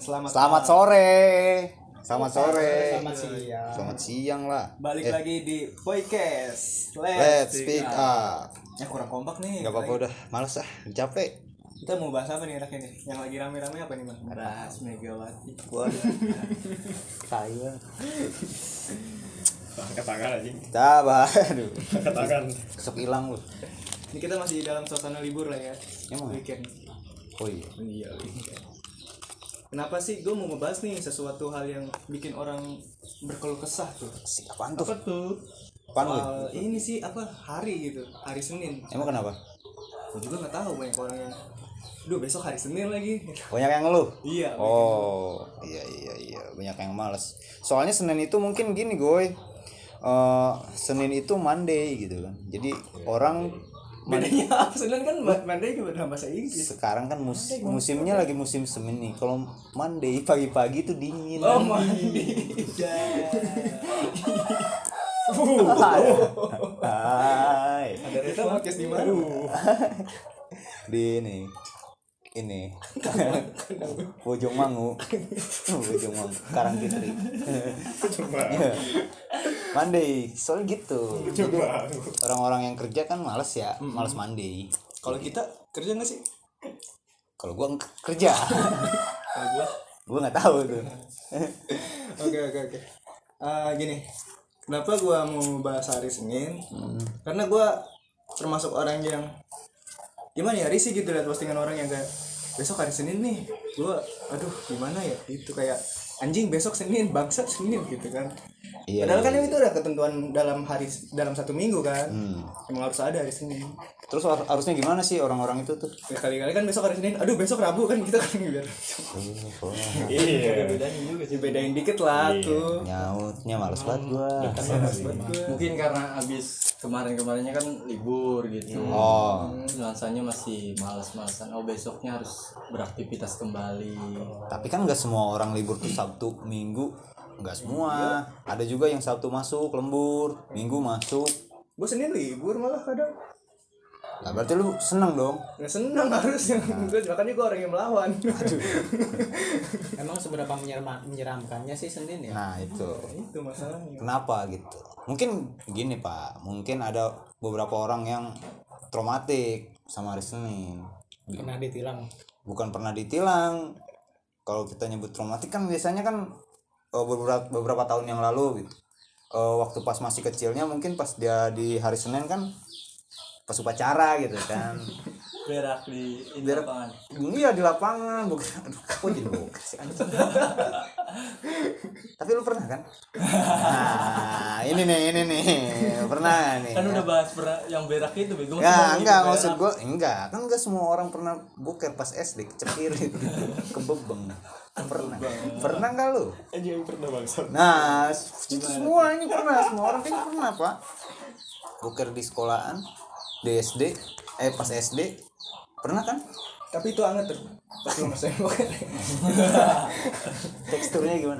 Selamat sore. Selamat sore. Selamat siang lah. Balik lagi di podcast. Let's speak up. Ya kurang kompak nih. Gak apa-apa udah, males capek. Kita mau bahas apa nih enaknya nih? Yang lagi rame-rame apa nih, Bang? Ras Megawati. Waduh. Saya. Katakan aja. Kita aduh. Katakan. Besok hilang lu. Ini kita masih dalam suasana libur lah ya. Emang? Weekend. Oh iya. Iya. Kenapa sih gue mau ngebahas nih sesuatu hal yang bikin orang berkeluh kesah tuh? Apaan tuh? Apa tuh? Apaan lu? Soal ini sih apa hari gitu, hari Senin. Emang kenapa? Gue juga nggak tahu, banyak orang yang, duh besok hari Senin lagi. Banyak yang ngeluh. Iya. Oh, iya. Banyak yang males. Soalnya Senin itu mungkin gini, Goy. Senin itu Monday gitu kan. Jadi orang Bedanya apa? Senin kan Monday juga dalam bahasa Inggris. sekarang kan musimnya lagi musim semi nih. Kalau Monday pagi-pagi tuh dingin. Oh, Monday. Hai. Ada Rita podcast di mana? Di ini Bojong Mangu Karangfitri. Monday soalnya gitu. Jadi orang-orang yang kerja kan males ya, males Monday. Kalau kita kerja nggak sih? Kalau gua kerja, Kalau gua nggak tahu tuh. Oke. Gini, kenapa gua mau bahas hari Senin? Karena gua termasuk orang yang gimana ya, risih gitu lihat postingan orang yang kayak besok hari Senin nih, gua aduh gimana ya, itu kayak anjing besok Senin, bangsat Senin gitu kan. Iya, Padahal kan iya. itu udah ketentuan dalam satu minggu kan. Emang harus ada hari Senin. Terus harusnya gimana sih orang-orang itu tuh? Ya, kali-kali kan besok hari Senin, aduh besok Rabu kan, kita kan biar Iya. bedain juga sih, bedain dikit lah tuh. Nyautnya males banget gua. Mungkin karena abis kemarin-kemarinnya kan libur gitu. Oh. Nuansanya masih malas-malasan. Oh besoknya harus beraktivitas kembali. Tapi kan nggak semua orang libur tuh Sabtu, Minggu. Nggak semua. Ada juga yang Sabtu masuk lembur, Minggu masuk. Gue Senin libur malah kadang. Nah, berarti lu seneng dong? Nggak senang harusnya. Makanya gue orang yang melawan. Emang seberapa menyeramkannya sih Senin ya? Nah itu. Itu masalahnya. Kenapa gitu? Mungkin gini Pak, mungkin ada beberapa orang yang traumatik sama hari Senin. Pernah ditilang. Bukan pernah ditilang. Kalau kita nyebut traumatik kan biasanya kan beberapa tahun yang lalu gitu. Waktu pas masih kecilnya mungkin pas dia di hari Senin kan pas upacara gitu kan. Berak di lapangan. Iya di lapangan, bukan. Aduh, kok jadi bokeh sih anjing. Tapi lu pernah kan? Nah, ini nih. Pernah nih. Kan udah bahas pernah yang berak itu bego. Ya, enggak maksud gua enggak. Kan enggak semua orang pernah boker pas SD kecepir gitu. Kebebeng. Pernah enggak lu? Anjing pernah bangsa. Nah, itu semua ini pernah, semua orang kan pernah, Pak. Boker di sekolahan, di SD, pas SD. Pernah kan? Tapi itu anget tuh. Pas lu ngerasain bukan. Teksturnya gimana?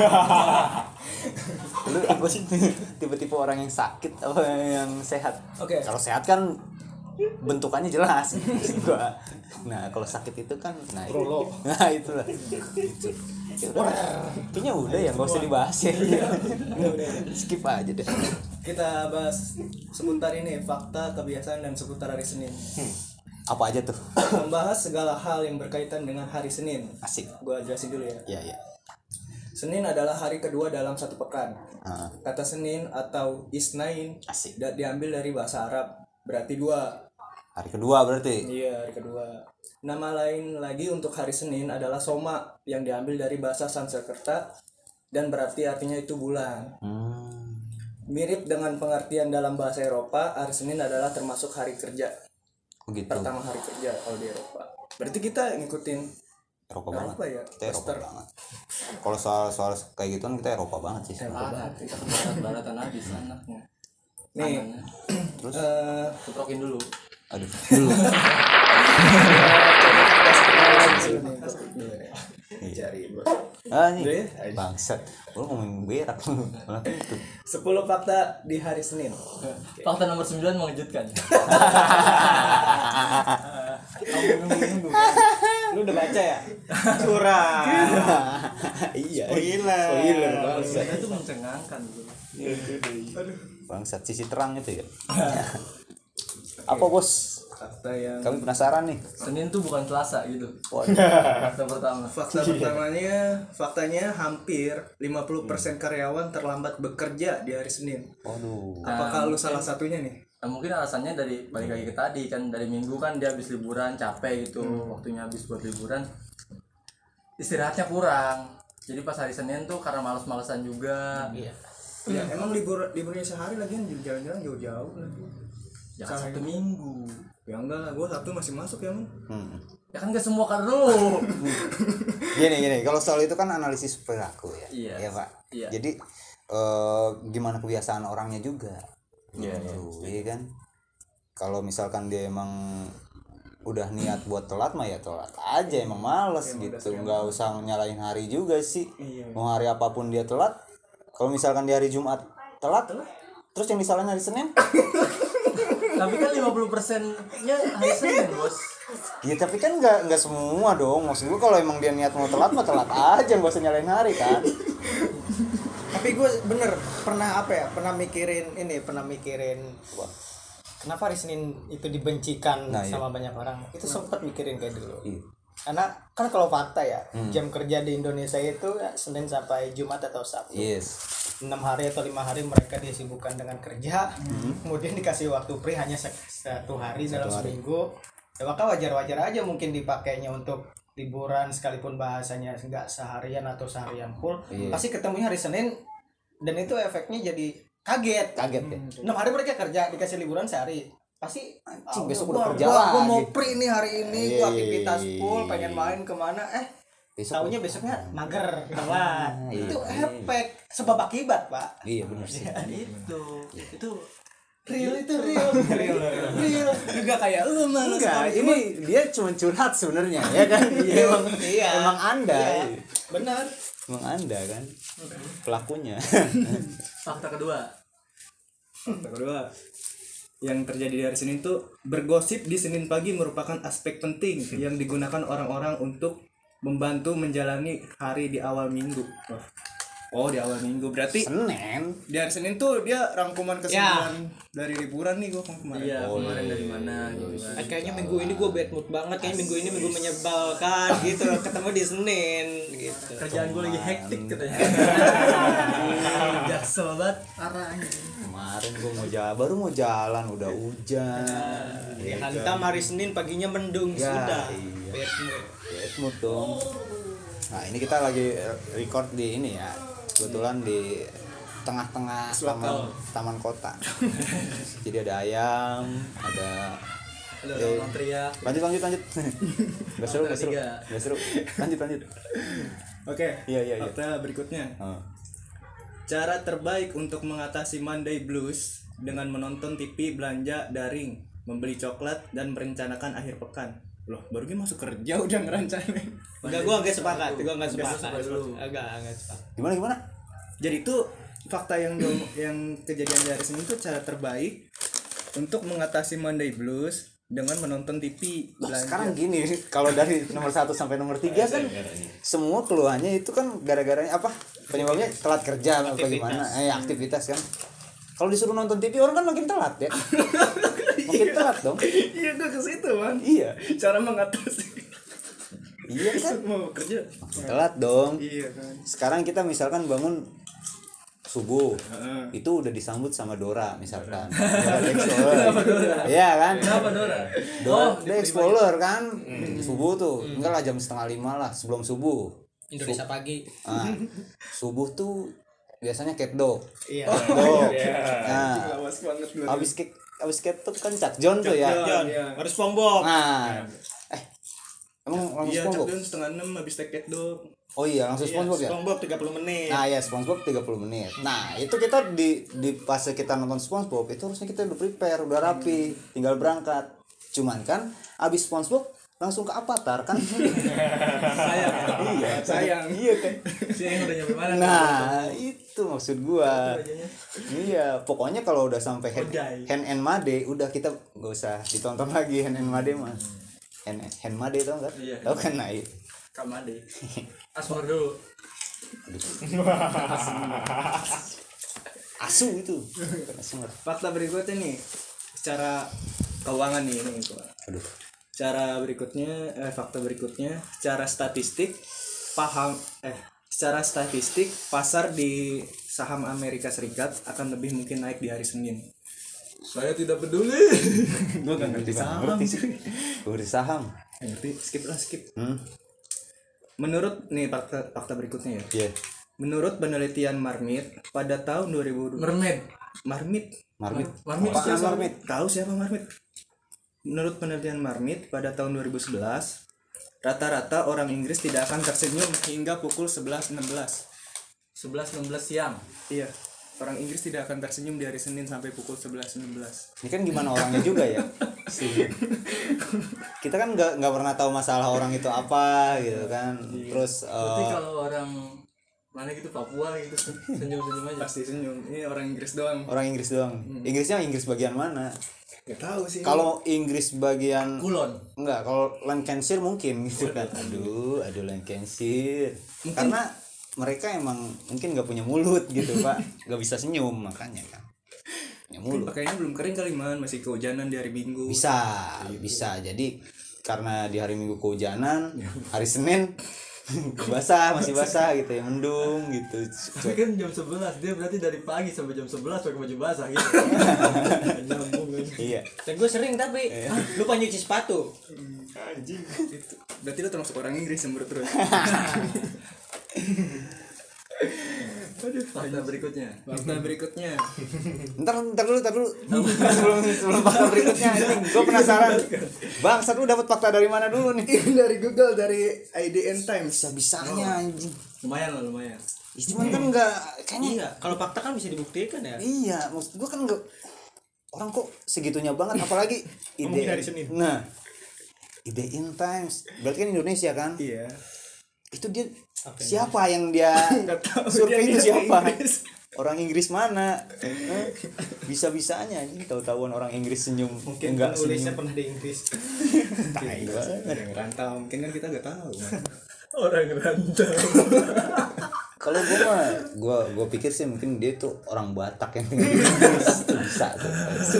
Lu tipe-tipe orang yang sakit apa yang sehat? Oke. Kalau sehat kan bentukannya jelas gua. Nah, kalau sakit itu kan nah itulah. Itu. Ya udah. Kayaknya udah ya, enggak usah dibahas ya. Skip aja deh. Kita bahas seputar ini, fakta, kebiasaan dan seputar hari Senin. Apa aja tuh? Membahas segala hal yang berkaitan dengan hari Senin. Asik. Gua jelasin dulu ya. Iya. Senin adalah hari kedua dalam satu pekan. Heeh. Kata Senin atau Isnain Asik. diambil dari bahasa Arab, berarti dua. Hari kedua berarti. Iya, hari kedua. Nama lain lagi untuk hari Senin adalah Soma yang diambil dari bahasa Sanskerta dan berarti artinya itu bulan. Mirip dengan pengertian dalam bahasa Eropa, hari Senin adalah termasuk hari kerja. Begitu. Pertama hari kerja kalau di Eropa. Berarti kita ngikutin Eropa banget. apa ya? Kita Eropa Western. banget. Kalau soal kayak gitu kan kita Eropa banget sih. Barat-baratan habis anaknya. Nih, Terus Tuprokin dulu. aduh. cari bos. Nih. Bangsat. Lu ngomongin berak lu. Malah itu. 10 fakta di hari Senin. Fakta nomor 9 mengejutkan. Lu udah baca ya? Curang. Iya. Spoiler. Bangsat itu mencengangkan gitu. Bangsat sisi terang itu ya. Apa bos? Fakta yang Kami penasaran nih. Senin tuh bukan Selasa gitu. Waduh. Fakta pertama. fakta faktanya hampir 50% karyawan terlambat bekerja di hari Senin. Waduh. Apakah lu salah satunya nih? Nah, mungkin alasannya dari balik lagi ke tadi kan, dari Minggu kan dia habis liburan capek gitu, waktunya habis buat liburan, istirahatnya kurang. Jadi pas hari Senin tuh karena males-malesan juga. Iya. Ya, emang liburnya sehari lagi jalan-jalan jauh-jauh lagi. Jangan Sabtu Minggu. Ya enggak lah, gue Sabtu masih masuk ya, Man. Ya kan gak semua kan lu. Gini, kalau soal itu kan analisis perilaku ya. Iya. Iya, Pak. Iya. Jadi gimana kebiasaan orangnya juga. Iya, Iya kan. Kalau misalkan dia emang udah niat buat telat mah ya telat aja, emang males gitu. Nggak usah nyalahin hari juga sih. Mau hari apapun dia telat. Kalau misalkan di hari Jumat telat, terus yang disalahin hari Senin? Tapi kan 50%-nya hari Senin, Bos. Ya tapi kan nggak semua dong. Maksud gue kalau emang dia niat mau telat mah telat aja, nggak usah nyalain hari kan. Tapi gue bener pernah mikirin Wah. kenapa hari Senin itu dibencikan Nah, iya. sama banyak orang. Itu sempat mikirin kayak dulu. Iya. Karena kan kalau fakta ya, jam kerja di Indonesia itu ya, Senin sampai Jumat atau Sabtu. Yes. 6 hari atau 5 hari mereka disibukkan dengan kerja, kemudian dikasih waktu free hanya 1 hari dalam seminggu. Ya maka wajar-wajar aja mungkin dipakainya untuk liburan, sekalipun bahasanya nggak seharian atau seharian full, pasti ketemunya hari Senin, dan itu efeknya jadi kaget ya. 6 hari mereka kerja dikasih liburan sehari, pasti Anjing, besok udah kerja gua lagi. mau free nih hari ini, gua Iya, aktivitas iya, full, iya, pengen main kemana, Besok taunya besoknya mager, telat. iya, Itu iya. efek sebab akibat, Pak. Iya benar sih. Itu Real juga kayak lu malas. Enggak, ini dia cuma curhat sebenarnya ya kan. Emang Iya. emang Anda. Iya. Benar. Emang Anda kan pelakunya. fakta kedua. Fakta kedua yang terjadi di hari Senin itu, bergosip di Senin pagi merupakan aspek penting yang digunakan orang-orang untuk membantu menjalani hari di awal minggu. Oh, di awal minggu berarti Senin. di hari Senin tuh dia rangkuman kesimpulan dari liburan nih gue kemarin. Iya, kemarin dari mana gitu kan. Kayaknya minggu ini gue bad mood banget, kayaknya minggu ini minggu menyebalkan gitu. Ketemu di Senin gitu. Kerjaan gue lagi hektik katanya. Jaksel banget arahnya. Kemarin gua baru mau jalan udah hujan. Dihantam hari Senin paginya mendung Ya, sudah. iya. Bad mood. Bad mood dong. Nah, ini kita lagi record di ini ya. Kebetulan di tengah-tengah taman kota. Jadi ada ayam, ada Ada orang teriak. lanjut. Gak seru. Lanjut. Oke. Iya. Fakta berikutnya. Oh. Cara terbaik untuk mengatasi Monday Blues dengan menonton TV, belanja daring, membeli coklat, dan merencanakan akhir pekan. Loh, baru gue masuk kerja udah ngerancanain. Enggak, gue agak sepakat. Agak sepakat. Gimana? Jadi itu fakta yang kejadian di hari Senin itu cara terbaik untuk mengatasi Monday Blues dengan menonton TV, belanja. Sekarang gini, kalau dari nomor 1 sampai nomor 3 kan semua keluhannya itu kan gara-garanya apa? Penyebabnya telat kerja atau gimana? Aktivitas kan. Kalau disuruh nonton TV orang kan makin telat ya. Makin telat dong. Iya, gue ke situ, Man. Iya. Cara mengatasi. Iya kan? Mau kerja. Makin telat dong. Iya kan. Sekarang kita misalkan bangun subuh, itu udah disambut sama Dora misalkan. Dora the Explorer. Iya kan? Kenapa Dora? Dora the Explorer kan. Subuh tuh. Enggak lah, jam 4:30 lah sebelum subuh. Indonesia pagi. Subuh tuh biasanya cat dog. Iya. Nah, Lawas banget gue. habis cat dog kan Cak John tuh ya. Harus SpongeBob. Nah, emang langsung Iya, SpongeBob? Cak 6:30 habis take dog. Oh iya, langsung SpongeBob ya? SpongeBob 30 menit. Nah ya, SpongeBob 30 menit. Nah itu kita di fase kita nonton SpongeBob itu harusnya kita udah prepare, udah rapi, tinggal berangkat. Cuman kan abis SpongeBob langsung ke Avatar kan? Sayang. Iya kan? Siang udah nyampe mana? Nah itu maksud gua. Iya, pokoknya kalau udah sampai hand and Made, udah kita gak usah ditonton lagi hand and Made mah. Henmade tau nggak? Iya. Tahu kan naik. Kamade. Asmur dulu. Asu itu. Asu. Fakta berikutnya nih, secara keuangan nih ini gua. Aduh. Fakta berikutnya, secara statistik pasar di saham Amerika Serikat akan lebih mungkin naik di hari Senin. Saya tidak peduli. Gue gak ngerti saham. Gue di saham. Ngerti, skip. Menurut nih fakta berikutnya ya. Iya. Menurut penelitian Marmit pada tahun 2020. Mermaid. Marmit. Marmit. Marmit Apaan siapa? marmit? Tahu siapa Marmit? Menurut penelitian Marmit pada tahun 2011, rata-rata orang Inggris tidak akan tersenyum hingga pukul 11.16. 11-16 siang. Iya. Orang Inggris tidak akan tersenyum di hari Senin sampai pukul 11.16. Ini kan gimana orangnya juga ya. Kita kan nggak pernah tahu masalah orang itu apa gitu kan. Terus Berarti kalau orang mana gitu Papua gitu senyum-senyum aja. Pasti senyum. Ini orang Inggris doang. orang Inggris doang. Inggrisnya Inggris bagian mana? Gak tahu sih. Kalau Inggris bagian Kulon. enggak, kalau Lancashire mungkin gitu kan. Aduh Lancashire. Karena mereka emang mungkin nggak punya mulut gitu Pak, nggak bisa senyum makanya kan. Punya mulut. Pakainya belum kering kali man, masih kehujanan di hari Minggu. Bisa. Jadi karena di hari Minggu kehujanan, hari Senin masih basah gitu ya, mendung gitu. Tapi kan jam 11 dia berarti dari pagi sampai jam 11 pakai baju basah gitu. Nyambung kan. Iya. Dan gue sering tapi lupa nyuci sepatu. Anjing. Itu. Berarti lu termasuk orang Inggris yang terus. Fakta berikutnya. Ntar dulu. sebelum fakta berikutnya anjing. Gue penasaran. Bang, lu dapat fakta dari mana dulu nih? Dari Google, dari IDN Times. Bisa-bisanya anjing. Lumayan. Cuman kan enggak kayaknya. Iya, kalau fakta kan bisa dibuktikan ya. Iya, maksud gue kan enggak, orang kok segitunya banget, apalagi Ngomongin ide. hari Senin. Nah, IDN Times, berarti kan Indonesia kan? Iya. Itu dia siapa yang dia tahu, survei dia itu siapa? Inggris. Orang Inggris mana? Bisa-bisanya ini tahu-tahuan orang Inggris senyum. Mungkin enggak penulisnya senyum. pernah di Inggris. Tai banget. Ada yang rantau, mungkin kan kita nggak tahu. Man. Orang rantau. Kalau gue pikir sih mungkin dia tuh orang Batak yang tinggal di Inggris. Itu bisa tuh.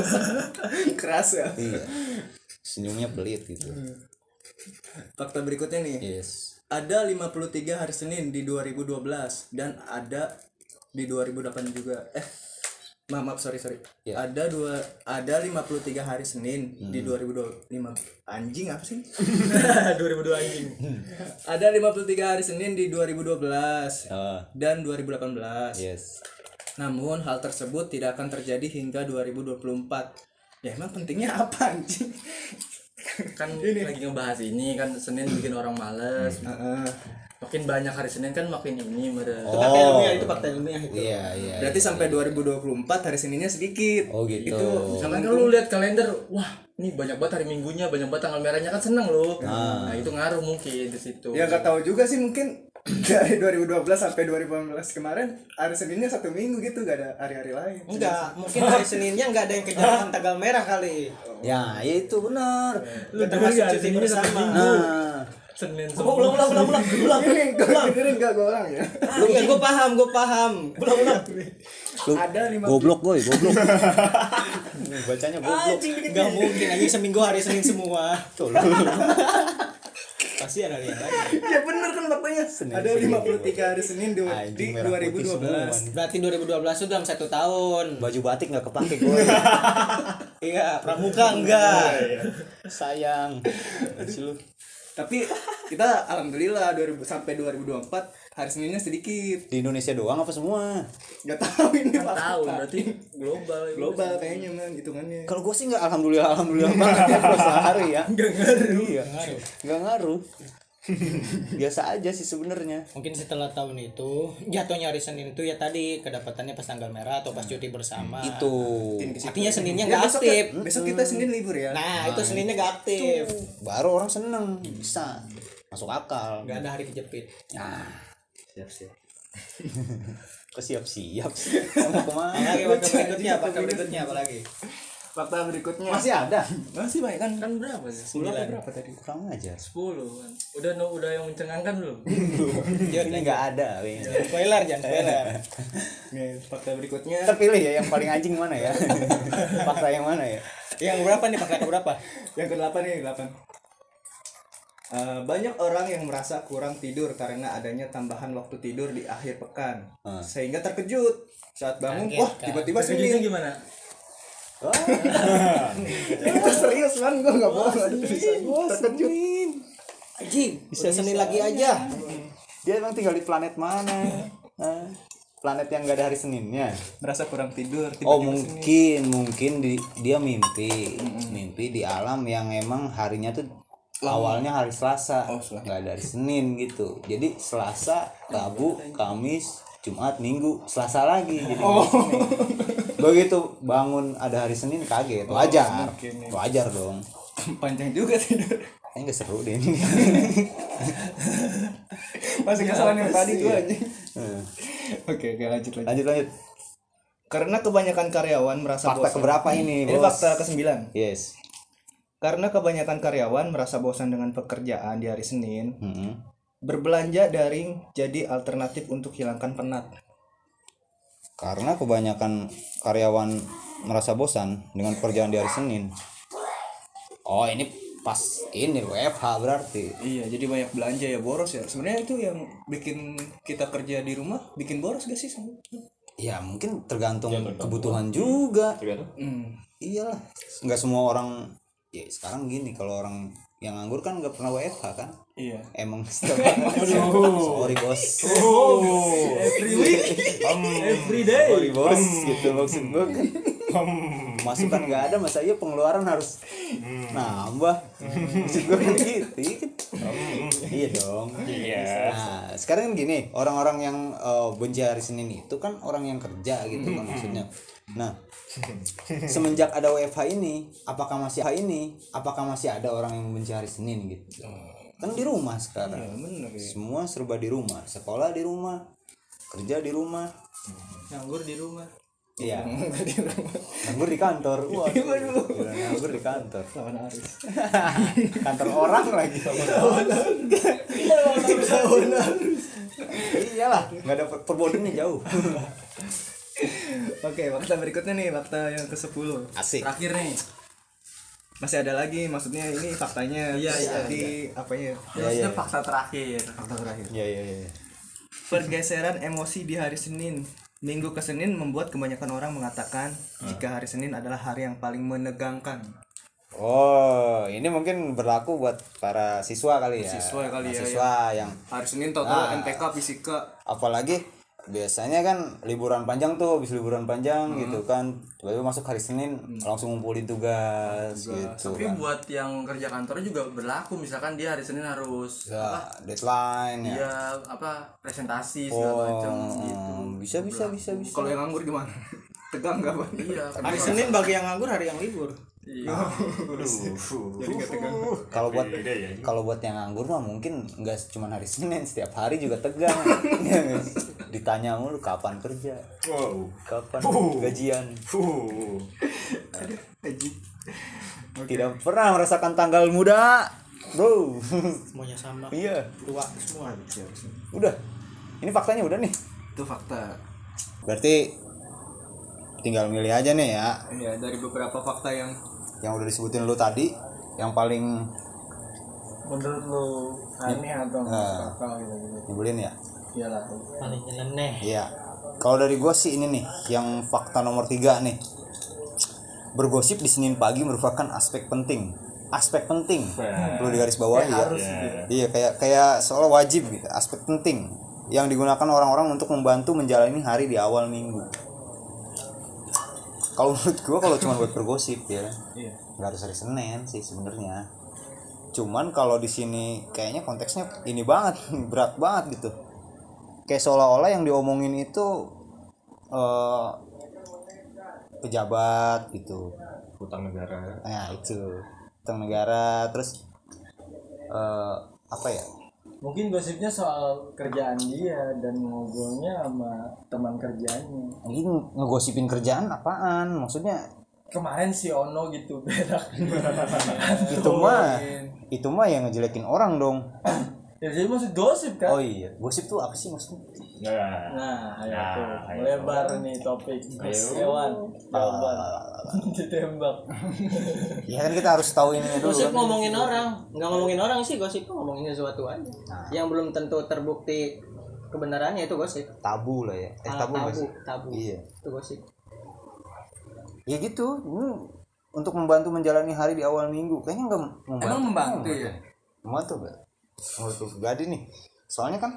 Keras ya. Iya. Senyumnya pelit gitu. Fakta berikutnya nih. Yes. Ada 53 hari Senin di 2012 dan ada di 2008 juga. Maaf, sorry. Ya. Ada 53 hari Senin di 2025. Anjing apa sih? 2002 anjing. Ada 53 hari Senin di 2012 dan 2018. Yes. Namun hal tersebut tidak akan terjadi hingga 2024. Ya emang pentingnya apa anjing? Kan lagi ngebahas ini kan Senin bikin orang males. Makin banyak hari Senin kan makin ini meren. Itu fakta ilmiah itu. Iya. Berarti sampai 2024 hari Seninnya sedikit. Oh gitu. Itu Misalkan kan lu lihat kalender, wah ini banyak banget hari Minggunya, banyak banget tanggal merahnya kan seneng lu. Nah itu ngaruh mungkin di situ. ya nggak tahu juga sih, mungkin dari 2012 sampai 2018 kemarin hari Seninnya 1 minggu gitu, gak ada hari-hari lain. Enggak, mungkin hari Seninnya enggak ada yang kegiatan tanggal merah kali. Ya itu benar. Lu Kita dengar masih nggak cuti Seninnya bersama. satu minggu? Nah, Senin Ulang. Ini gue dengerin gak gue orang ya. Iya, gue paham. Ulang. Ada 5 goblok. Bacanya goblok. Enggak mungkin aja seminggu hari Senin semua. Tuh. Pasti ada yang lain. Ya bener kan faktanya. Ada 53 hari Senin di Anjing, merah putih semua. 2012. Berarti 2012 itu dalam 1 tahun. Baju batik nggak kepake gue. Iya, pramuka enggak. Sayang. Lu. Tapi kita alhamdulillah sampai 2024 hari Seninnya sedikit. Di Indonesia doang apa semua? Gak tahu ini Kan tahu fakta. berarti global. Global kayaknya man hitungannya. Kalau gue sih nggak alhamdulillah banget ya kalau sehari ya. Nggak ngaruh. Iya. Nggak ngaruh. Biasa aja sih sebenarnya. Mungkin setelah tahun itu jatuhnya hari Senin itu ya tadi kedapatannya pas tanggal merah atau pas cuti bersama. Itu. Artinya Seninnya Ya, nggak besok aktif. besok kita Senin libur ya. Nah, itu Seninnya nggak aktif. Baru orang seneng bisa masuk akal. Nggak ada hari kejepit. Nah, siap. Kok siap sih? Mau kemana? Fakta berikutnya apa lagi? fakta berikutnya. Masih ada. Masih banyak kan? Kan berapa sih? 10 apa berapa tadi? Kurang aja. 10 kan. Udah yang mencengangkan belum? Ini nggak ada. Spoiler jangan spoiler. Oke, fakta berikutnya. Terpilih ya yang paling anjing mana ya? Fakta yang mana ya? Yang berapa nih fakta berapa? Yang ke-8 nih, 8. Banyak orang yang merasa kurang tidur karena adanya tambahan waktu tidur di akhir pekan, sehingga terkejut saat bangun. Kaget, Wah, kan? tiba-tiba Terkejutnya Senin. gimana? Itu serius man, gue nggak bohong. Terkejut. Anjing, bisa Senin lagi aja. Dia emang tinggal di planet mana? Planet yang gak ada hari Seninnya. Merasa kurang tidur. Oh tiba-tiba mungkin dia mimpi di alam yang emang harinya tuh awalnya hari Selasa, nggak ada hari Senin gitu. Jadi Selasa, Rabu, Kamis, Jumat, Minggu, Selasa lagi. Jadi begitu bangun ada hari Senin kaget, wajar dong. panjang juga tidur. Kayaknya nggak seru deh ini. Masih kesalahan yang tadi tuh aja. Oke, lanjut. Lanjut. Karena kebanyakan karyawan merasa Fakta bosan. keberapa ini? Ini Bos? fakta ke-9. Yes. Karena kebanyakan karyawan merasa bosan dengan pekerjaan di hari Senin, Mm-hmm. berbelanja daring jadi alternatif untuk hilangkan penat. Karena kebanyakan karyawan merasa bosan dengan pekerjaan di hari Senin. Oh ini pas ini WFH berarti. Iya, jadi banyak belanja ya, boros ya. Sebenarnya itu yang bikin kita kerja di rumah bikin boros gak sih? Ya mungkin tergantung kebutuhan juga. Iyalah, nggak semua orang. Ya sekarang gini, kalau orang yang nganggur kan nggak pernah WFH kan? Iya. Emang setiap sorry bos. Every week, every day. Sorry bos, gitu maksud gue kan. Masukan nggak ada, masa iya pengeluaran harus nambah. Maksud gue kan gitu. Iya dong. Nah sekarang kan gini, orang-orang yang benci hari Senin itu kan orang yang kerja gitu kan maksudnya. Nah semenjak ada WFH ini, apakah masih ada orang yang membenci hari Senin gitu? Kan di rumah sekarang. Bener ya. Semua serba di rumah, sekolah di rumah, kerja di rumah. Nganggur di rumah. Iya. Nganggur di kantor. Wah. Nganggur di kantor. Lawan Aris. Kantor orang lagi. Iyalah, nggak ada perbandingannya jauh. Oke, fakta berikutnya nih, fakta yang ke-10. Asik. Terakhir nih. Masih ada lagi, maksudnya ini faktanya. Iya, terus iya, tadi apanya? Maksudnya fakta terakhir. Fakta terakhir. Iya. Pergeseran emosi di hari Senin. Minggu ke Senin membuat kebanyakan orang mengatakan jika hari Senin adalah hari yang paling menegangkan. Oh, ini mungkin berlaku buat para siswa kali ya. Siswa kali ya, Siswa yang Hari Senin total MTK fisika. apalagi biasanya kan liburan panjang tuh, habis liburan panjang gitu kan. Tiba-tiba masuk hari Senin langsung ngumpulin tugas gitu. Tapi buat yang kerja kantor juga berlaku, misalkan dia hari Senin harus Ya, deadline ya. dia presentasi segala macam gitu. Bisa. Kalau yang nganggur gimana? Tegang gak, Bang? Iya, Hari Senin bagi yang nganggur hari yang libur. iya. Jadi gak tegang. Kalau buat yang nganggur mah mungkin enggak cuma hari Senin, setiap hari juga tegang. Ditanya mulu kapan kerja. Kapan gajian. Tidak pernah merasakan tanggal muda, bro. Semuanya sama. Iya, Tua semua. udah. Ini faktanya udah nih. Itu fakta. Berarti tinggal milih aja nih ya. Ya, dari beberapa fakta yang Yang udah disebutin lu tadi, yang paling Menurut lu aneh atau Nah. apa gitu? nyebelin ya. Iyalah. Paling nyeleneh. Iya. Kalau dari gua sih ini nih, yang fakta nomor 3 nih. Bergosip di Senin pagi merupakan aspek penting. Perlu digarisbawahi ya. Iya, kayak seolah wajib gitu, aspek penting yang digunakan orang-orang untuk membantu menjalani hari di awal minggu. Kalau menurut gua kalau cuma buat bergosip ya, nggak harus hari Senin sih sebenarnya. Cuman kalau di sini kayaknya konteksnya ini banget, berat banget gitu. Kayak seolah-olah yang diomongin itu pejabat gitu, Utang negara. nah itu utang negara, terus apa ya, Mungkin gosipnya soal kerjaan dia dan ngobrolnya sama teman kerjanya. ini ngegosipin kerjaan apaan, maksudnya kemarin si Ono gitu berak. itu mah yang ngejelekin orang dong. Ya jadi maksud gosip kan? Oh iya, gosip tuh apa sih maksudnya? Nah, ayo tuh melebar nih topik hewan ditembak. Ya kan kita harus tahu ini dulu. Gosip kan. ngomongin orang, nggak ngomongin orang sih, gosip tuh ngomongin sesuatu aja. Yang belum tentu terbukti kebenarannya itu gosip. Tabu lah ya. Tabu nggak sih? Tabu. Iya. Itu gosip. Ya gitu. Untuk membantu menjalani hari di awal minggu kayaknya nggak membantu. Emang membantu ya? Membantu nggak? Menurut lu pribadi nih. Soalnya kan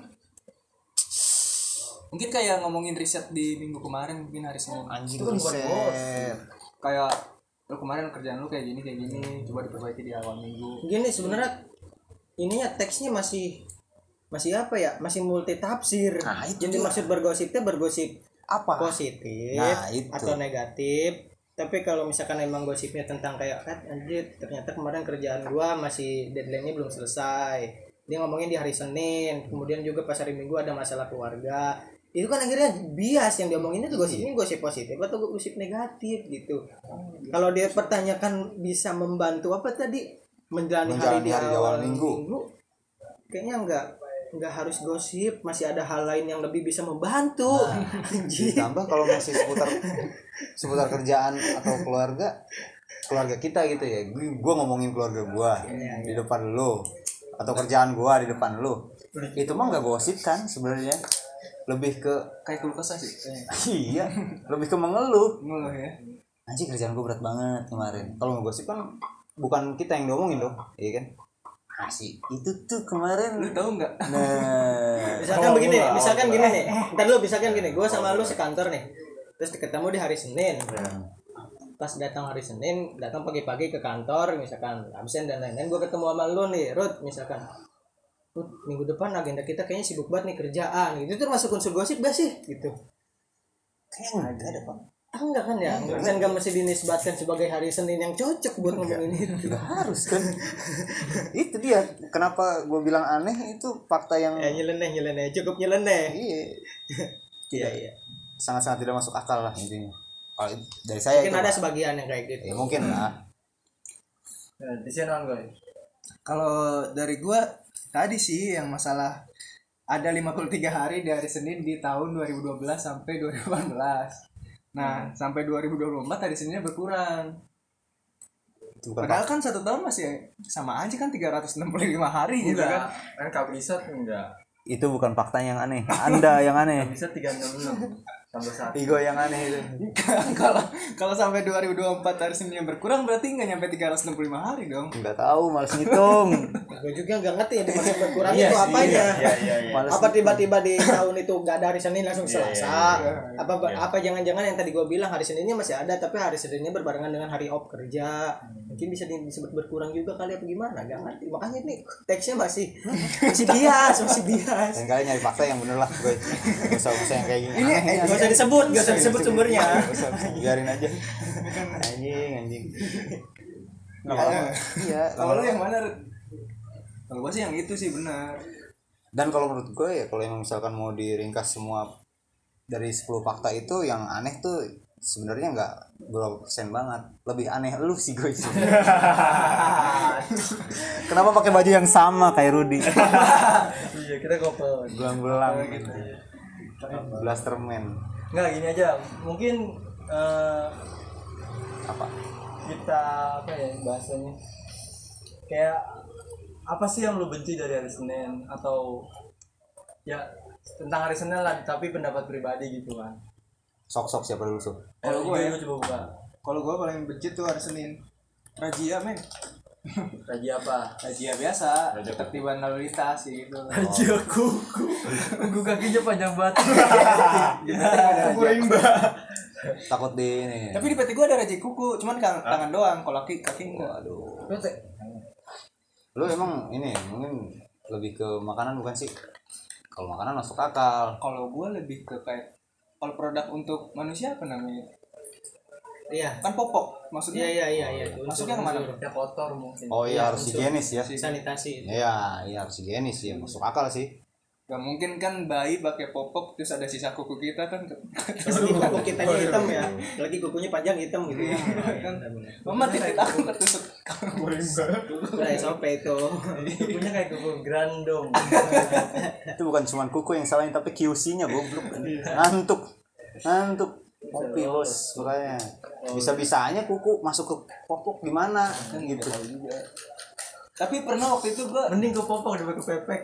Mungkin kayak ngomongin riset di minggu kemarin, mungkin hari Senin. anjing Itu kan bukan riset. Kayak lu kemarin kerjaan lu kayak gini, coba diperbaiki di awal minggu. Gini sebenarnya ininya teksnya masih apa ya? Masih multi tafsir. Nah, itu Jadi dia. maksud bergosipnya bergosip Apa? positif Nah, itu. atau negatif. Tapi kalau misalkan emang gosipnya tentang kayak kan anjir ternyata kemarin kerjaan gua masih deadline-nya belum selesai. Dia ngomongin di hari Senin, kemudian juga pas hari Minggu ada masalah keluarga. Itu kan akhirnya bias yang diomongin itu gosipnya gosip positif atau gosip negatif gitu. Kalau dia pertanyakan bisa membantu apa tadi menjalani hari di awal minggu. Kayaknya enggak harus gosip, masih ada hal lain yang lebih bisa membantu. Anjir. Ditambah kalau masih seputar kerjaan atau keluarga kita gitu ya. Gua ngomongin keluarga gua di depan lu atau kerjaan gua di depan lu. Itu mah enggak gosip kan sebenarnya. Lebih ke Kayak keluh kesah sih. iya, lebih ke mengeluh. Ngeluh ya. Anjing kerjaan gua berat banget kemarin. Kalau ngegosip kan bukan kita yang diomongin dong, iya kan? Asik. Itu tuh kemarin. Lu tahu nggak? Nah, Misalkan gini nih. Entar lu misalkan gini, gua sama lu sekantor nih. Terus ketemu di hari Senin. Pas datang hari Senin, datang pagi-pagi ke kantor misalkan absen dan lain-lain, gua ketemu sama lu nih, Ruth misalkan. Ruth, minggu depan agenda kita kayaknya sibuk banget nih kerjaan. Itu termasuk unsur gosip gak sih? Gitu. kayaknya enggak ada, Pak. Enggak kan ya? Dan gak mesti dinisbatkan sebagai hari Senin yang cocok buat ngomongin itu. Enggak harus kan. Itu dia kenapa gue bilang aneh, itu fakta yang Nyeleneh, cukup nyeleneh. Iya. Iya. Sangat-sangat tidak masuk akal lah intinya. Kalau dari saya Mungkin itu, ada Pak. sebagian yang kayak gitu. Ya mungkin lah. Di sini on gue. Kalau dari gua tadi sih yang masalah ada 53 hari dari Senin di tahun 2012 sampai 2018. Nah, sampai 2024 hari Seninnya berkurang. Itu bukan Padahal kan 1 tahun masih sama aja kan 365 hari gitu kan. Kan kabisat enggak. Itu bukan fakta yang aneh. Anda yang aneh. Kabisat 366 tambah 1. Ego yang aneh itu. Kalau sampai 2024 hari Seninnya berkurang berarti nggak nyampe 365 hari dong. Enggak tahu, malas ngitung. Gue juga nggak ngerti ya dimaksud berkurang Iya itu sih, apanya. Males Apa tiba-tiba di tahun itu nggak ada hari Senin langsung Selasa? iya. Apa jangan-jangan yang tadi gue bilang hari Seninnya masih ada tapi hari Seninnya berbarengan dengan hari off kerja? Mungkin bisa disebut berkurang juga kali apa gimana? Gak ngerti. Makanya nih teksnya masih bias. Dan kalian nyari fakta yang bener lah, gue. Gak usah yang kayak gini. Gak usah disebut sumbernya. Gak usah, biarin aja. Anjing. Lama-lama. Iya, Kalau lu lama-lama. yang mana? Rut? Kalau gua sih yang itu sih benar. Dan kalau menurut gue ya, kalau emang misalkan mau diringkas semua dari 10 fakta itu, yang aneh tuh sebenarnya nggak berapa persen banget. Lebih aneh lu sih gue sih. Kenapa pakai baju yang sama kayak Rudy? Iya, kita couple. Belang-belang gitu. Blasterman. Enggak, gini aja. Mungkin Apa? kita apa ya bahasanya? Kayak apa sih yang lu benci dari hari Senin, atau ya tentang hari Senin lah tapi pendapat pribadi gitu kan. Sok siapa dulu, Sok? Kalau Gue gue ya, coba buka. kalau gua paling benci tuh hari Senin. Razia men. Razia apa? Razia biasa, ketertiban lalu lintas gitu. Razia kuku kakinya panjang banget. Takut di ini. Tapi di PT gua ada razia kuku, cuman tangan doang, kalau kaki enggak. Aduh. Lu emang ini mungkin lebih ke makanan bukan sih? Kalau makanan masuk akal. Kalau gua lebih ke kayak kalau produk untuk manusia apa namanya? Iya. Kan popok maksudnya. Iya. Masuknya kemana? Ya kotor mungkin. Oh iya, harus higienis ya. Sanitasi. Iya harus higienis ya, masuk akal sih. Gak mungkin kan bayi pakai popok terus ada sisa kuku kita kan. Kuku kitanya hitam ya, lagi kukunya panjang hitam gitu ya. Kan mama titik aku ketusuk. Udah SOP itu. Kukunya kayak kuku grandong. Itu bukan cuma kuku yang salahnya tapi QC-nya goblok. Ngantuk. Kopi bos, makanya bisa-bisanya kuku masuk ke popok gimana kan gitu. Tapi pernah waktu itu gua Mending ke popok daripada ke pepek.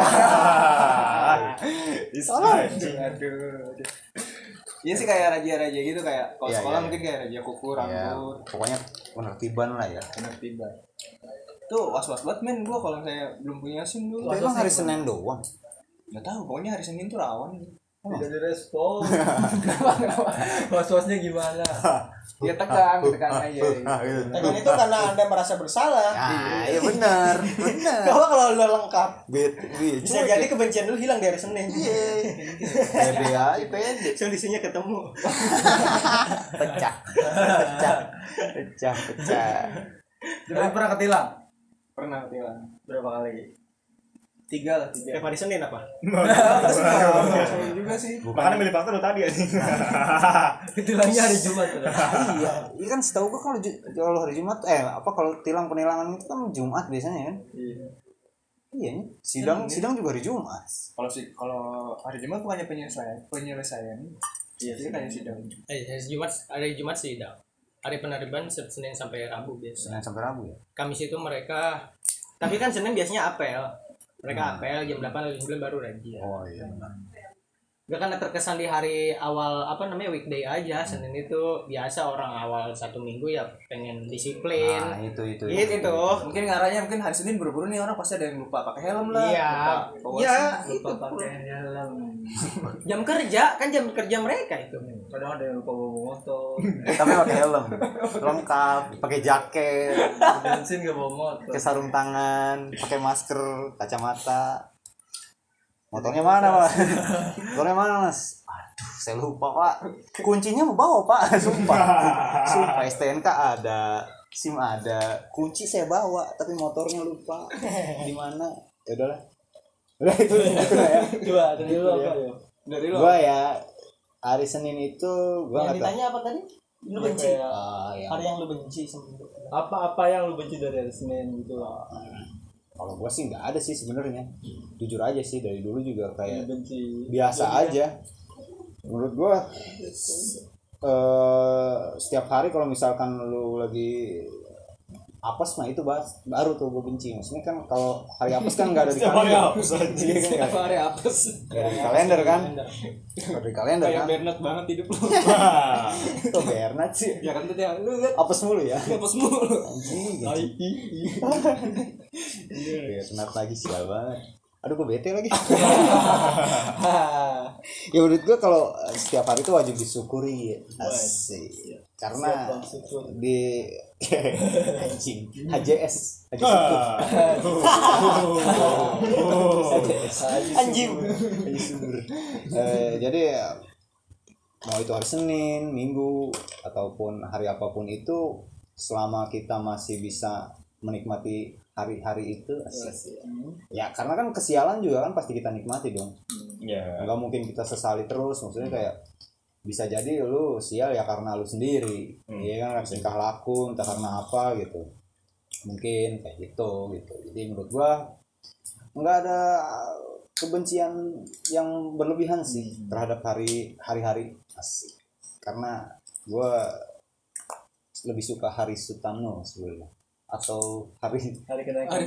Salah. aduh. Iya sih kayak raja-raja gitu, kayak kalau Iya, sekolah iya. mungkin kayak raja kuku Ya, rambut pokoknya penertiban lah ya. penertiban. Tuh was-was banget men gua kalau saya belum punya SIM dulu. Tapi emang hari Senin doang. Nggak tahu, pokoknya hari Senin tuh rawan. Tidak direspon. Kenapa? Was-wasnya gimana? Dia tekan aja. Tekan itu karena Anda merasa bersalah. Ah, iya benar. Kalau udah lengkap, bisa Cuek jadi ya. kebencian lu hilang dari Senin. Pede aja, pede. Solusinya ketemu. Pecah. Tapi pernah ketilang? Pernah tilang. Berapa kali? 3 lah, 3. Tiap hari Senin apa? Senin juga sih. Makanya milih faktor lu tadi anjing. Ketilangnya hari Jumat. Iya, ini kan setahu gua kalau hari Jumat kalau penilangan itu kan Jumat biasanya kan? Iya. Iya nih. Sidang juga hari Jumat. Kalau hari Jumat bukannya penyelesaian. Iya, sih kan sidang. Hari Jumat sidang. Hari penariban Senin sampai Rabu biasa. Senin sampai Rabu ya. Kamis itu mereka, tapi kan Senin biasanya apel. Mereka apel jam 8 atau jam 9 baru rajin. Oh iya benar. Gak kan terkesan di hari awal weekday aja. Senin itu biasa orang awal satu minggu ya pengen disiplin. Nah, itu. Gitu. Mungkin ngarahnya hari Senin buru-buru nih orang pasti ada yang lupa pakai helm lah. Iya. Lupa Iya, Lupa itu pakai helm. jam kerja kan jam kerja mereka itu. Kadang ada yang lupa bawa motor. Tapi pakai helm, lengkap, pakai jaket, Bensin gak bawa motor. pakai sarung tangan, pakai masker, kacamata. Motornya mana, Pak? Motornya mana, Mas? Aduh, saya lupa, Pak. Kuncinya mau bawa, Pak. Sumpah STNK ada, SIM ada, kunci saya bawa, tapi motornya lupa. Di mana? Ya udahlah. Udah itu lah ya. Coba dari lu apa? Dari lo. Gua ya hari Senin itu gua Yang nggak tahu. ditanya apa tadi? Lu Ya, benci. kayak Hari yang lu benci seminggu. apa yang lu benci dari hari Senin gitu lah. Kalau gua sih nggak ada sih sebenarnya. Jujur aja sih dari dulu juga kayak Benci. biasa aja. Menurut gua setiap hari kalau misalkan lu lagi apes mah itu baru tuh gue benci. Maksudnya kan kalau hari apes kan nggak ada di kalender. Iya kan, nggak Hari apes. ada di kalender kan. Nggak ada di kalender Kayak kan. Bernard banget hidup lu. Kok Bernard sih? Ya kan tuh dia lu lihat Apes mulu ya. apes mulu. Anjing. Bernard lagi sial banget. Aduh gue bete lagi. Ya menurut gue kalau setiap hari itu wajib disyukuri. Asik. Karena di anjing HJS Haji Syukur. Anjing. Haji Syukur. Jadi mau itu hari Senin, Minggu ataupun hari apapun itu, selama kita masih bisa menikmati hari-hari itu asik. Ya karena kan kesialan juga kan pasti kita nikmati dong. Iya. Nggak mungkin kita sesali terus, maksudnya kayak bisa jadi lu sial ya karena lu sendiri. Iya kan, tingkah laku entah karena apa gitu. Mungkin kayak gitu. Jadi menurut gua nggak ada kebencian yang berlebihan sih terhadap hari-hari asik. Karena gua lebih suka hari Sutarno sebenarnya atau hari kenaikan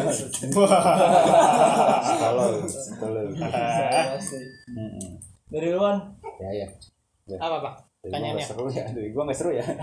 kalau Sama sih. Dari luan ya Apa, Pak? Tanya Pertanyaannya. seru ya, dari gua nggak seru ya.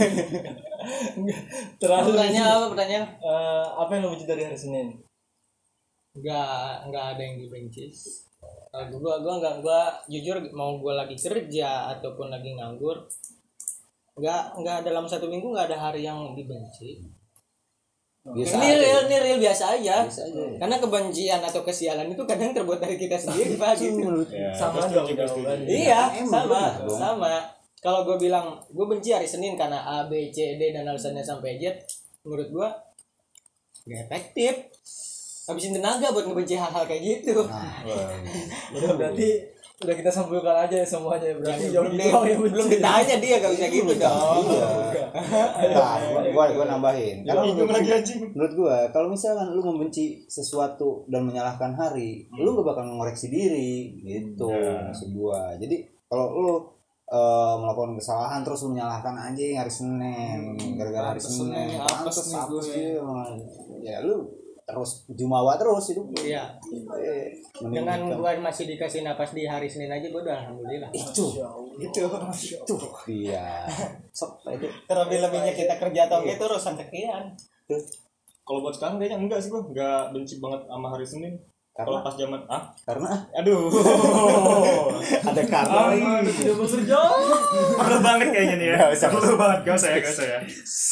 terlalu Pertanyaan? apa yang lu benci dari hari Senin? Enggak ada yang dibenci. Gua jujur mau gua lagi kerja ataupun lagi nganggur, enggak dalam satu minggu enggak ada hari yang dibenci. Biasa Ini aja. real biasa aja. Biasa aja. Karena kebencian atau kesialan itu kadang terbuat dari kita sendiri, Pak. Gitu. Ya, Sama gua dong setuju. jawabannya. Iya, Emang betul. sama. Kalau gue bilang gue benci hari Senin karena A, B, C, D dan alasannya sampai Z, menurut gue gak efektif. habisin tenaga buat ngebenci hal-hal kayak gitu. Berarti udah kita simpulkan aja semuanya berarti jauh Belum ditanya dia gak bisa gitu dong. Gua nambahin. Kalau Bingung lagi anjing. menurut gua kalau misalkan lu membenci sesuatu dan menyalahkan hari, lu gak bakal ngoreksi diri gitu maksud gua. Jadi kalau lu melakukan kesalahan terus lu menyalahkan anjing hari Senin gara-gara hari Senin pantes apa sih ya lu terus jumawa terus itu. Iya. Dengan gua masih dikasih napas di hari Senin aja gua udah alhamdulillah. itu iya sok itu Terlebih-lebihnya kita kerja atau gitu urusan sekian. Kalau buat sekarang kayaknya enggak sih gua, enggak benci banget sama hari Senin. Kalau pas zaman karena aduh. ada karma tidak bekerja. Perlu banget kayaknya nih ya. Perlu banget gak usah ya.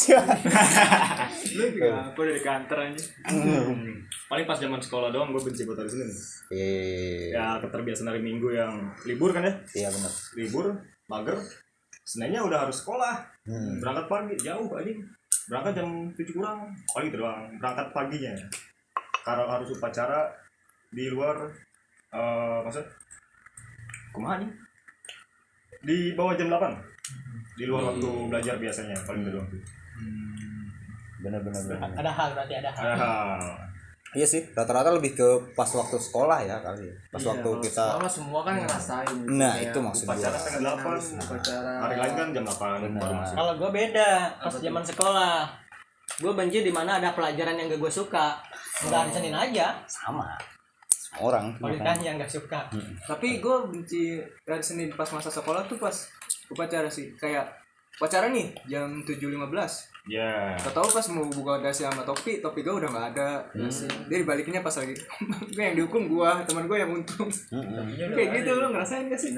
Lu juga apa dari kantor aja. Paling pas zaman sekolah doang gue benci buat hari Senin. Ya keterbiasaan hari Minggu yang libur kan ya. Iya benar. Libur, mager. Seninnya udah harus sekolah. Berangkat pagi jauh aja. Berangkat jam 7 kurang. Pagi itu doang. Berangkat paginya. Kalau harus upacara di luar maksud kumaha nih? Di bawah jam 8. Di luar waktu belajar biasanya paling itu doang. Benar. Ada hal berarti ada hal. Iya sih, rata-rata lebih ke pas waktu sekolah ya kali. Pas waktu kita sama semua kan ngerasain. Nah, Kayak itu maksud Upacara gua. setengah 8. Upacara. Hari lain kan jam 8 baru masuk. Kalau gua beda pas zaman sekolah. Gua benci di mana ada pelajaran yang gak gua suka. Enggak hari Senin aja. Sama. Semua orang. Kualitas yang gak suka. Tapi gue benci hari Senin pas masa sekolah tuh pas upacara sih. Kayak upacara nih jam 7.15. Ya. Tahu pas mau buka dasi sama topi gue udah nggak ada. Dia dibalikinnya pas lagi gue yang dihukum gue, teman gue yang untung. Kayak gitu lo ngerasain gak sih?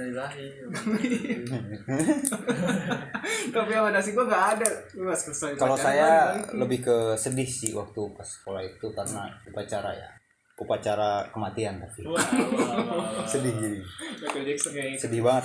Topi sama dasi gue nggak ada. Pas selesai Kalau upacara, saya dibalikin. lebih ke sedih sih waktu pas sekolah itu karena upacara ya. Upacara kematian tapi. Sedih jadi. Michael Jackson kayak Sedih banget.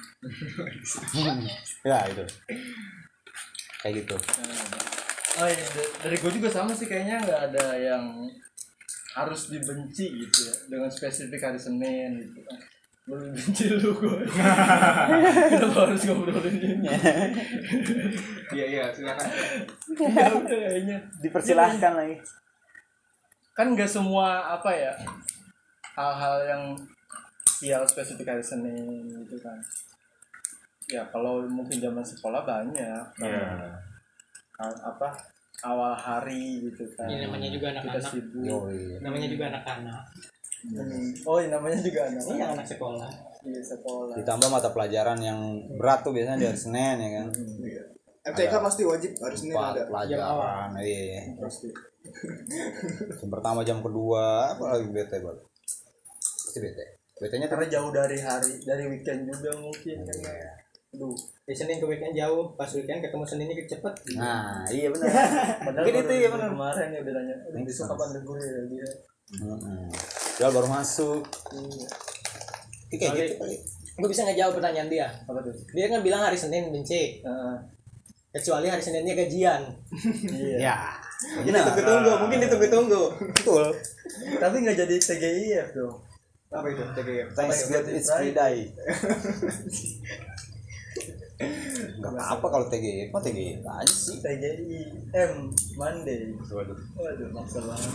Ya itu. Kayak gitu. Oh iya, dari gue juga sama sih kayaknya nggak ada yang harus dibenci gitu ya dengan spesifik hari Senin gitu kan. Belum benci lu gue. Kenapa harus ngobrolin ini? iya silakan. Ya udah kayaknya. Dipersilahkan lagi. Kan nggak semua apa ya hal-hal yang sial spesifik hari Senin gitu kan. Ya kalau mungkin zaman sekolah banyak. Apa awal hari gitu kan. Ini namanya juga Kita anak-anak. sibuk. Namanya juga anak-anak. Oh, ini namanya juga anak. Iya anak sekolah. Iya sekolah. Ditambah mata pelajaran yang berat tuh biasanya di hari Senin ya kan. MTK pasti wajib hari Senin ada. Pelajaran, iya. Jam pertama, jam kedua, apalagi bete banget. Pasti bete. Betenya Karena jauh dari weekend juga mungkin kan. Aduh, Di Senin ke weekend jauh, pas weekend ketemu Seninnya cepet. Nah, iya benar. padahal Mungkin itu ya benar. kemarin ya udah nanya. Make Besok sense. kapan libur ya dia. Jual baru masuk. Iya. Kayak gitu kali. Gue bisa ngejawab pertanyaan dia. Apa tuh? Dia kan bilang hari Senin benci. Kecuali hari Seninnya gajian. Iya. Ya. Mungkin ditunggu-tunggu. Betul. Tapi nggak jadi TGIF dong. Apa itu? TGF. Thanks God it's Friday. Gak apa kalau TG, apa TG aja sih. TGIM Monday. Waduh, maksa banget.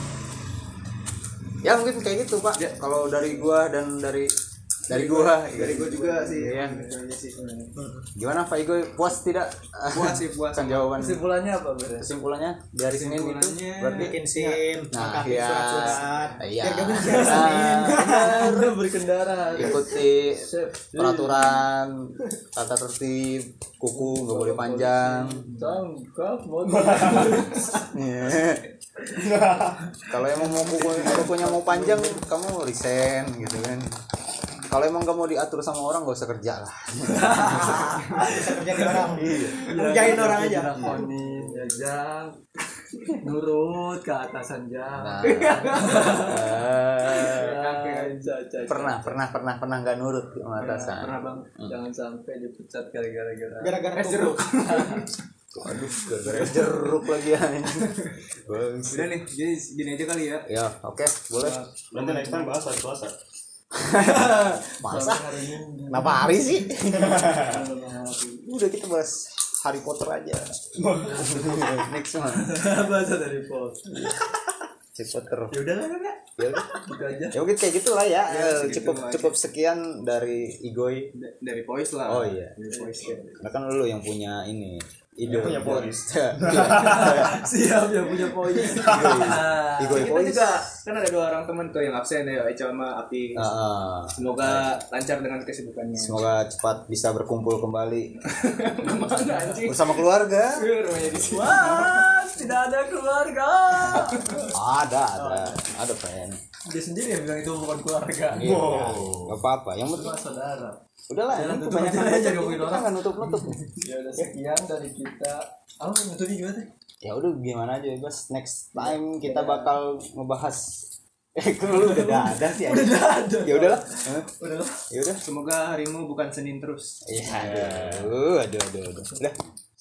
Ya mungkin kayak gitu Pak. Kalau dari gua dan dari gua. Dari gue juga sih. Iya. sih. Gimana Pak Igo? Puas tidak? Puas sih, puas. Kan jawaban. Kesimpulannya apa berarti? Kesimpulannya dari Senin itu Kesimpulannya, berarti Bikin SIM, nah lengkapin iya. surat-surat. Iya. Biar gak benci hari Senin. Anda berkendara. Ikuti peraturan tata tertib, kuku nggak boleh panjang. Tangkap mau. Iya. Kalau emang mau kukunya mau panjang, kamu resign gitu kan. Kalau emang gak mau diatur sama orang, gak usah kerja lah. Bisa kerja di orang. Ngerjain orang aja. Dilakonin, jajang, nurut ke atasan jam. Nah, Pernah pernah nggak nurut sama atasan. bang, jangan sampai dipecat gara-gara Gara-gara kuku. Aduh, gara-gara jeruk lagi anjing. Udah nih, jadi gini aja kali ya. Ya, oke, boleh. Nanti next time bahas hari Selasa. Masa? Kenapa hari sih? Udah kita bahas Harry Potter aja. Next one. Bahasa dari pos. Harry Potter. Ya udah lah enggak. Ya udah. Gitu aja. Ya mungkin kayak gitulah ya. segitu Cukup aja. cukup sekian dari Igoy. Dari voice lah. Oh iya. Dari voice ya. Karena kan lu yang punya ini ide. Yang punya voice. Siap yang punya poin. Igoy Kita voice. juga kan ada 2 orang teman tuh yang absen ya, Eca sama Api. Semoga lancar dengan kesibukannya. Semoga cepat bisa berkumpul kembali Mana anjing? bersama keluarga. Rumahnya di sini. Wah, tidak ada keluarga. Ada friend. Dia sendiri yang bilang itu bukan keluarga. Iya, nggak apa-apa. Yang penting Cuma saudara. udahlah. Jangan Ini tutup kebanyakan aja, jangan nutup, ngomongin kita orang. nggak nutup. Ya udah sekian dari kita. Oh, nutupnya gimana? Ya udah gimana aja bebas. Next time kita bakal ngebahas. Lu udah ada sih. Udah ada. Ya udahlah. Udah lah. Ya udah. Semoga harimu bukan Senin terus. Iya. Aduh. Udah.